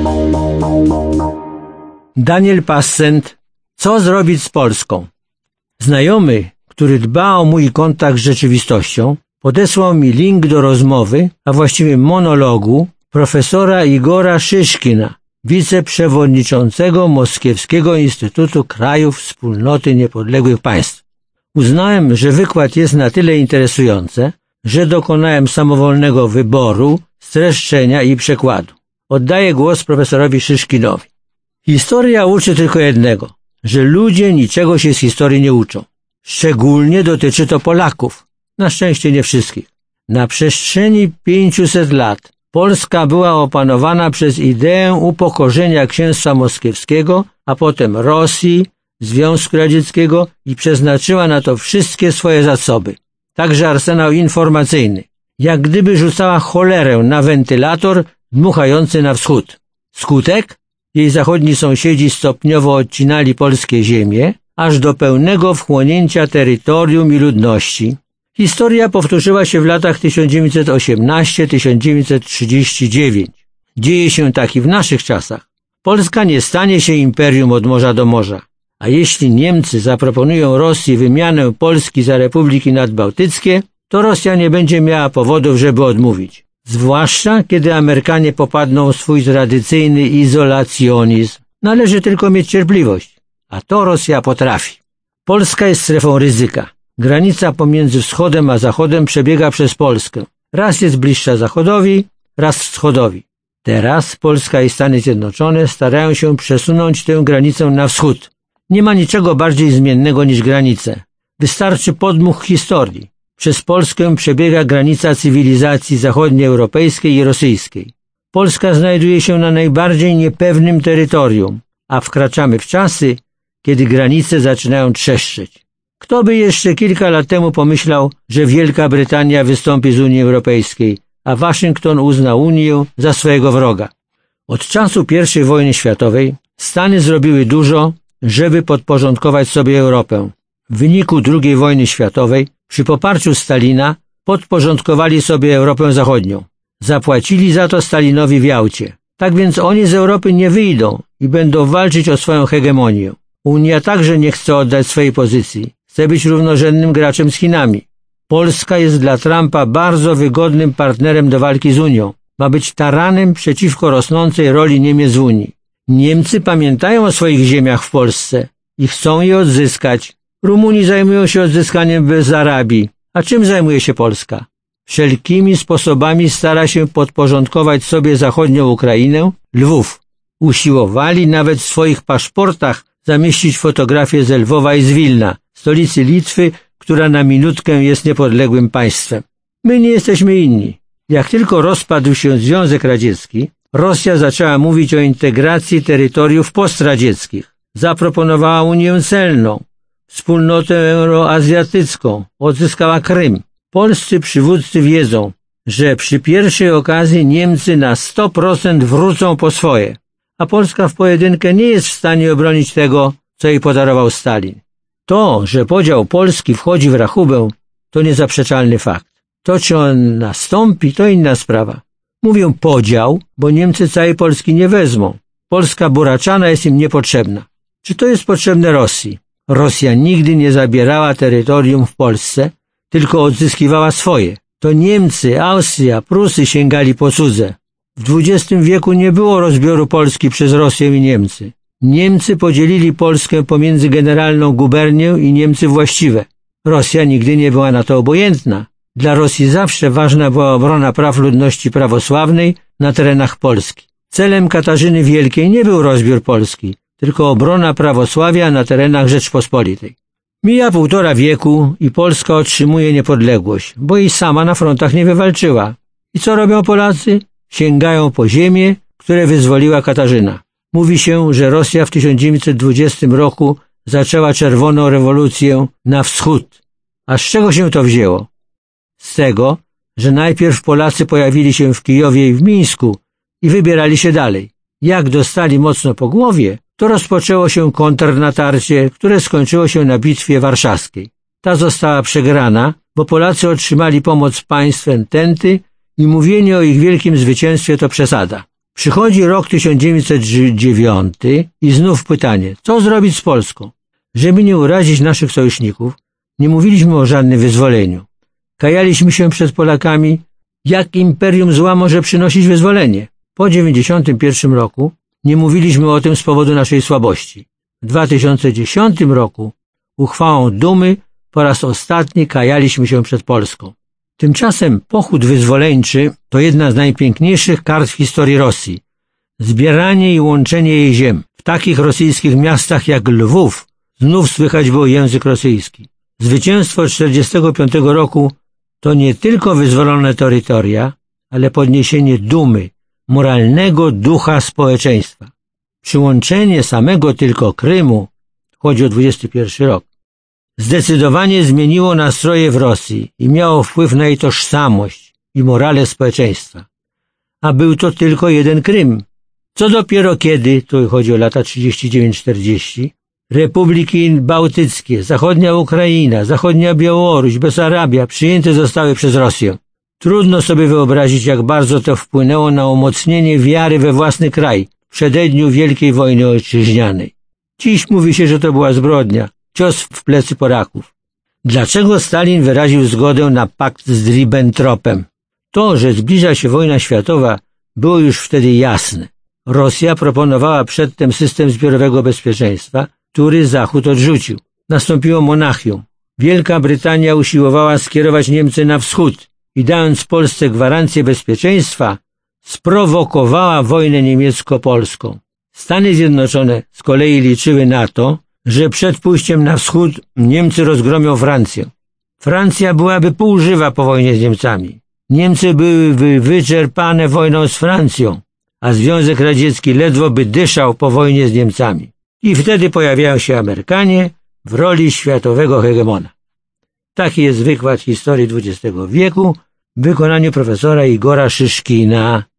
Daniel Passent. Co zrobić z Polską? Znajomy, który dba o mój kontakt z rzeczywistością, podesłał mi link do rozmowy, a właściwie monologu, profesora Igora Szyszkina, wiceprzewodniczącego Moskiewskiego Instytutu Krajów Wspólnoty Niepodległych Państw. Uznałem, że wykład jest na tyle interesujący, że dokonałem samowolnego wyboru, streszczenia i przekładu. Oddaję głos profesorowi Szyszkinowi. Historia uczy tylko jednego, że ludzie niczego się z historii nie uczą. Szczególnie dotyczy to Polaków. Na szczęście nie wszystkich. Na przestrzeni 500 lat Polska była opanowana przez ideę upokorzenia Księstwa Moskiewskiego, a potem Rosji, Związku Radzieckiego i przeznaczyła na to wszystkie swoje zasoby. Także arsenał informacyjny. Jak gdyby rzucała cholerę na wentylator dmuchający na wschód. Skutek? Jej zachodni sąsiedzi stopniowo odcinali polskie ziemie, aż do pełnego wchłonięcia terytorium i ludności. Historia powtórzyła się w latach 1918-1939. Dzieje się tak i w naszych czasach. Polska nie stanie się imperium od morza do morza. A jeśli Niemcy zaproponują Rosji wymianę Polski za republiki nadbałtyckie, to Rosja nie będzie miała powodów, żeby odmówić. Zwłaszcza, kiedy Amerykanie popadną w swój tradycyjny izolacjonizm. Należy tylko mieć cierpliwość. A to Rosja potrafi. Polska jest strefą ryzyka. Granica pomiędzy wschodem a zachodem przebiega przez Polskę. Raz jest bliższa zachodowi, raz wschodowi. Teraz Polska i Stany Zjednoczone starają się przesunąć tę granicę na wschód. Nie ma niczego bardziej zmiennego niż granice. Wystarczy podmuch historii. Przez Polskę przebiega granica cywilizacji zachodnioeuropejskiej i rosyjskiej. Polska znajduje się na najbardziej niepewnym terytorium, a wkraczamy w czasy, kiedy granice zaczynają trzeszczeć. Kto by jeszcze kilka lat temu pomyślał, że Wielka Brytania wystąpi z Unii Europejskiej, a Waszyngton uzna Unię za swojego wroga? Od czasu I wojny światowej Stany zrobiły dużo, żeby podporządkować sobie Europę. W wyniku II wojny światowej przy poparciu Stalina podporządkowali sobie Europę Zachodnią. Zapłacili za to Stalinowi w Jałcie. Tak więc oni z Europy nie wyjdą i będą walczyć o swoją hegemonię. Unia także nie chce oddać swojej pozycji. Chce być równorzędnym graczem z Chinami. Polska jest dla Trumpa bardzo wygodnym partnerem do walki z Unią. Ma być taranem przeciwko rosnącej roli Niemiec w Unii. Niemcy pamiętają o swoich ziemiach w Polsce i chcą je odzyskać. Rumuni zajmują się odzyskaniem Besarabii. A czym zajmuje się Polska? Wszelkimi sposobami stara się podporządkować sobie zachodnią Ukrainę, Lwów. Usiłowali nawet w swoich paszportach zamieścić fotografię z Lwowa i z Wilna, stolicy Litwy, która na minutkę jest niepodległym państwem. My nie jesteśmy inni. Jak tylko rozpadł się Związek Radziecki, Rosja zaczęła mówić o integracji terytoriów postradzieckich. Zaproponowała Unię Celną, wspólnotę euroazjatycką, odzyskała Krym. Polscy przywódcy wiedzą, że przy pierwszej okazji Niemcy na 100% wrócą po swoje, a Polska w pojedynkę nie jest w stanie obronić tego, co jej podarował Stalin. To, że podział Polski wchodzi w rachubę, to niezaprzeczalny fakt. To, czy on nastąpi, to inna sprawa. Mówię podział, bo Niemcy całej Polski nie wezmą. Polska buraczana jest im niepotrzebna. Czy to jest potrzebne Rosji? Rosja nigdy nie zabierała terytorium w Polsce, tylko odzyskiwała swoje. To Niemcy, Austria, Prusy sięgali po cudze. W XX wieku nie było rozbioru Polski przez Rosję i Niemcy. Niemcy podzielili Polskę pomiędzy generalną gubernię i Niemcy właściwe. Rosja nigdy nie była na to obojętna. Dla Rosji zawsze ważna była obrona praw ludności prawosławnej na terenach Polski. Celem Katarzyny Wielkiej nie był rozbiór Polski, tylko obrona prawosławia na terenach Rzeczpospolitej. Mija 1,5 wieku i Polska otrzymuje niepodległość, bo jej sama na frontach nie wywalczyła. I co robią Polacy? Sięgają po ziemię, które wyzwoliła Katarzyna. Mówi się, że Rosja w 1920 roku zaczęła czerwoną rewolucję na wschód. A z czego się to wzięło? Z tego, że najpierw Polacy pojawili się w Kijowie i w Mińsku i wybierali się dalej. Jak dostali mocno po głowie, to rozpoczęło się kontrnatarcie, które skończyło się na Bitwie Warszawskiej. Ta została przegrana, bo Polacy otrzymali pomoc państw ententy i mówienie o ich wielkim zwycięstwie to przesada. Przychodzi rok 1909 i znów pytanie, co zrobić z Polską? Żeby nie urazić naszych sojuszników, nie mówiliśmy o żadnym wyzwoleniu. Kajaliśmy się przed Polakami, jak imperium zła może przynosić wyzwolenie. Po 1991 roku nie mówiliśmy o tym z powodu naszej słabości. W 2010 roku uchwałą Dumy po raz ostatni kajaliśmy się przed Polską. Tymczasem pochód wyzwoleńczy to jedna z najpiękniejszych kart w historii Rosji. Zbieranie i łączenie jej ziem. W takich rosyjskich miastach jak Lwów znów słychać było język rosyjski. Zwycięstwo 1945 roku to nie tylko wyzwolone terytoria, ale podniesienie dumy, moralnego ducha społeczeństwa. Przyłączenie samego tylko Krymu, chodzi o 21 rok, zdecydowanie zmieniło nastroje w Rosji i miało wpływ na jej tożsamość i morale społeczeństwa. A był to tylko jeden Krym. Co dopiero kiedy, tu chodzi o lata 39-40, republiki bałtyckie, zachodnia Ukraina, zachodnia Białoruś, Besarabia przyjęte zostały przez Rosję. Trudno sobie wyobrazić, jak bardzo to wpłynęło na umocnienie wiary we własny kraj w przededniu Wielkiej Wojny Ojczyźnianej. Dziś mówi się, że to była zbrodnia, cios w plecy Polaków. Dlaczego Stalin wyraził zgodę na pakt z Ribbentropem? To, że zbliża się wojna światowa, było już wtedy jasne. Rosja proponowała przedtem system zbiorowego bezpieczeństwa, który Zachód odrzucił. Nastąpiło Monachium. Wielka Brytania usiłowała skierować Niemcy na wschód i dając Polsce gwarancję bezpieczeństwa, sprowokowała wojnę niemiecko-polską. Stany Zjednoczone z kolei liczyły na to, że przed pójściem na wschód Niemcy rozgromią Francję. Francja byłaby półżywa po wojnie z Niemcami. Niemcy byłyby wyczerpane wojną z Francją, a Związek Radziecki ledwo by dyszał po wojnie z Niemcami. I wtedy pojawiają się Amerykanie w roli światowego hegemona. Taki jest wykład historii XX wieku w wykonaniu profesora Igora Szyszkina.